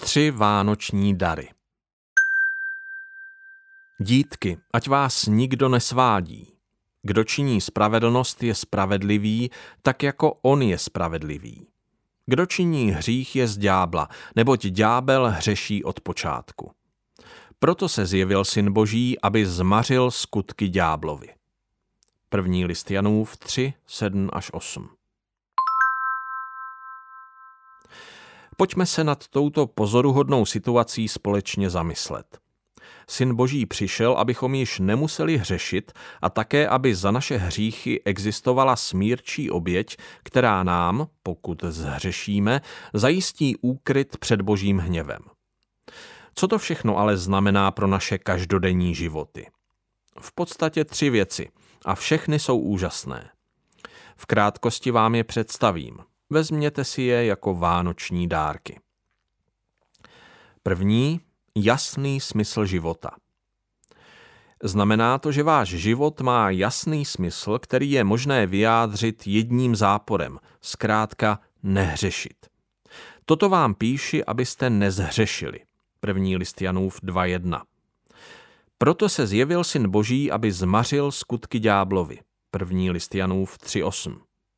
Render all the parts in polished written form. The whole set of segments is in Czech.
3 vánoční dary. Dítky, ať vás nikdo nesvádí. Kdo činí spravedlnost, je spravedlivý, tak jako on je spravedlivý. Kdo činí hřích, je z ďábla, neboť ďábel hřeší od počátku. Proto se zjevil Syn Boží, aby zmařil skutky ďáblovi. 1. list Janův 3, 7-8. Pojďme se nad touto pozoruhodnou situací společně zamyslet. Syn Boží přišel, abychom již nemuseli hřešit a také, aby za naše hříchy existovala smírčí oběť, která nám, pokud zhřešíme, zajistí úkryt před Božím hněvem. Co to všechno ale znamená pro naše každodenní životy? V podstatě 3 věci a všechny jsou úžasné. V krátkosti vám je představím. Vezměte si je jako vánoční dárky. První, jasný smysl života. Znamená to, že váš život má jasný smysl, který je možné vyjádřit jedním záporem, zkrátka nehřešit. Toto vám píši, abyste nezhřešili. 1. list Janův 2.1. Proto se zjevil Syn Boží, aby zmařil skutky ďáblovi. 1. list Janův 3.8.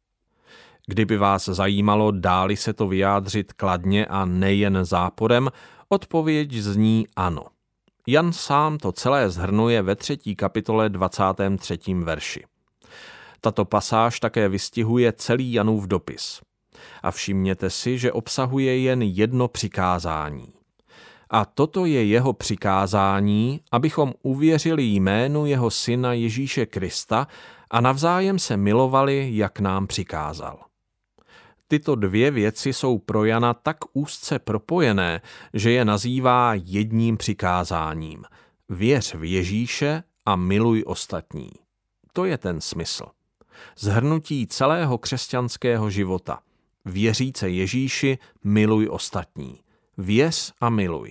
Kdyby vás zajímalo, dá-li se to vyjádřit kladně a nejen záporem, odpověď zní ano. Jan sám to celé shrnuje ve 3. kapitole 23. verši. Tato pasáž také vystihuje celý Janův dopis. A všimněte si, že obsahuje jen jedno přikázání. A toto je jeho přikázání, abychom uvěřili jménu jeho syna Ježíše Krista a navzájem se milovali, jak nám přikázal. Tyto 2 věci jsou pro Jana tak úzce propojené, že je nazývá jedním přikázáním. Věř v Ježíše a miluj ostatní. To je ten smysl. Shrnutí celého křesťanského života. Věříce Ježíši, miluj ostatní. Věř a miluj.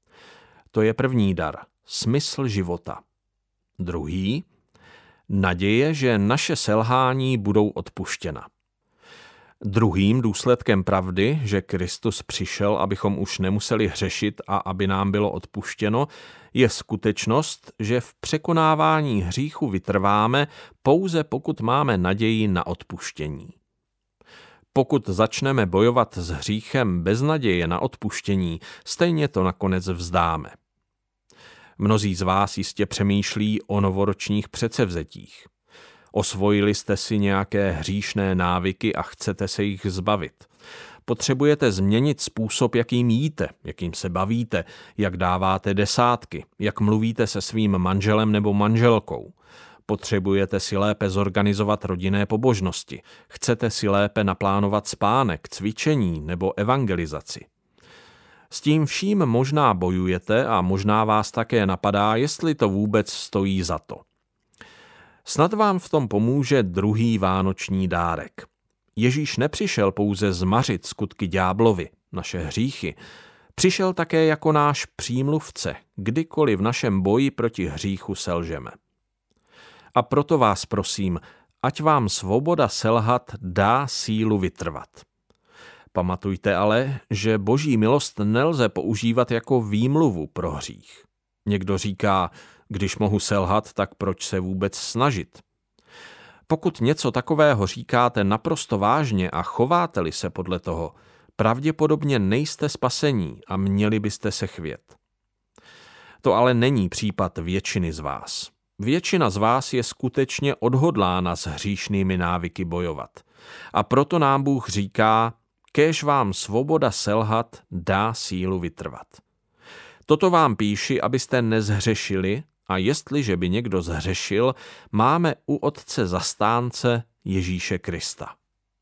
To je první dar. Smysl života. Druhý. Naděje, že naše selhání budou odpuštěna. Druhým důsledkem pravdy, že Kristus přišel, abychom už nemuseli hřešit a aby nám bylo odpuštěno, je skutečnost, že v překonávání hříchu vytrváme pouze pokud máme naději na odpuštění. Pokud začneme bojovat s hříchem bez naděje na odpuštění, stejně to nakonec vzdáme. Mnozí z vás jistě přemýšlí o novoročních předsevzetích. Osvojili jste si nějaké hříšné návyky a chcete se jich zbavit. Potřebujete změnit způsob, jakým jíte, jakým se bavíte, jak dáváte desátky, jak mluvíte se svým manželem nebo manželkou. Potřebujete si lépe zorganizovat rodinné pobožnosti. Chcete si lépe naplánovat spánek, cvičení nebo evangelizaci. S tím vším možná bojujete a možná vás také napadá, jestli to vůbec stojí za to. Snad vám v tom pomůže druhý vánoční dárek. Ježíš nepřišel pouze zmařit skutky ďáblovi, naše hříchy. Přišel také jako náš přímluvce, kdykoliv v našem boji proti hříchu selžeme. A proto vás prosím, ať vám svoboda selhat dá sílu vytrvat. Pamatujte ale, že Boží milost nelze používat jako výmluvu pro hřích. Někdo říká, když mohu selhat, tak proč se vůbec snažit? Pokud něco takového říkáte naprosto vážně a chováte-li se podle toho, pravděpodobně nejste spasení a měli byste se chvět. To ale není případ většiny z vás. Většina z vás je skutečně odhodlána s hříšnými návyky bojovat. A proto nám Bůh říká, kéž vám svoboda selhat dá sílu vytrvat. Toto vám píši, abyste nezhřešili, a jestliže by někdo zhřešil, máme u Otce zastánce Ježíše Krista.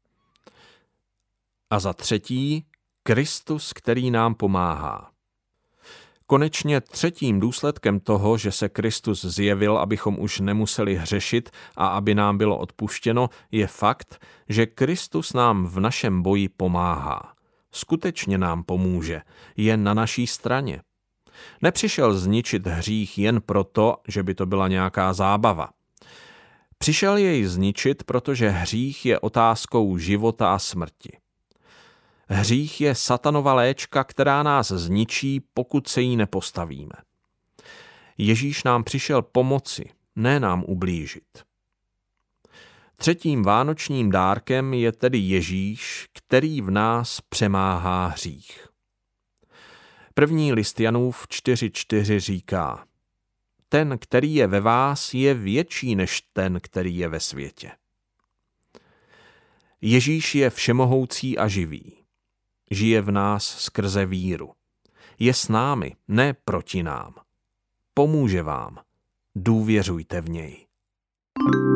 A za třetí, Kristus, který nám pomáhá. Konečně třetím důsledkem toho, že se Kristus zjevil, abychom už nemuseli hřešit a aby nám bylo odpuštěno, je fakt, že Kristus nám v našem boji pomáhá. Skutečně nám pomůže, je na naší straně. Nepřišel zničit hřích jen proto, že by to byla nějaká zábava. Přišel jej zničit, protože hřích je otázkou života a smrti. Hřích je satanova léčka, která nás zničí, pokud se jí nepostavíme. Ježíš nám přišel pomoci, ne nám ublížit. Třetím vánočním dárkem je tedy Ježíš, který v nás přemáhá hřích. První list Janův 4.4 říká: Ten, který je ve vás, je větší než ten, který je ve světě. Ježíš je všemohoucí a živý. Žije v nás skrze víru. Je s námi, ne proti nám. Pomůže vám. Důvěřujte v něj.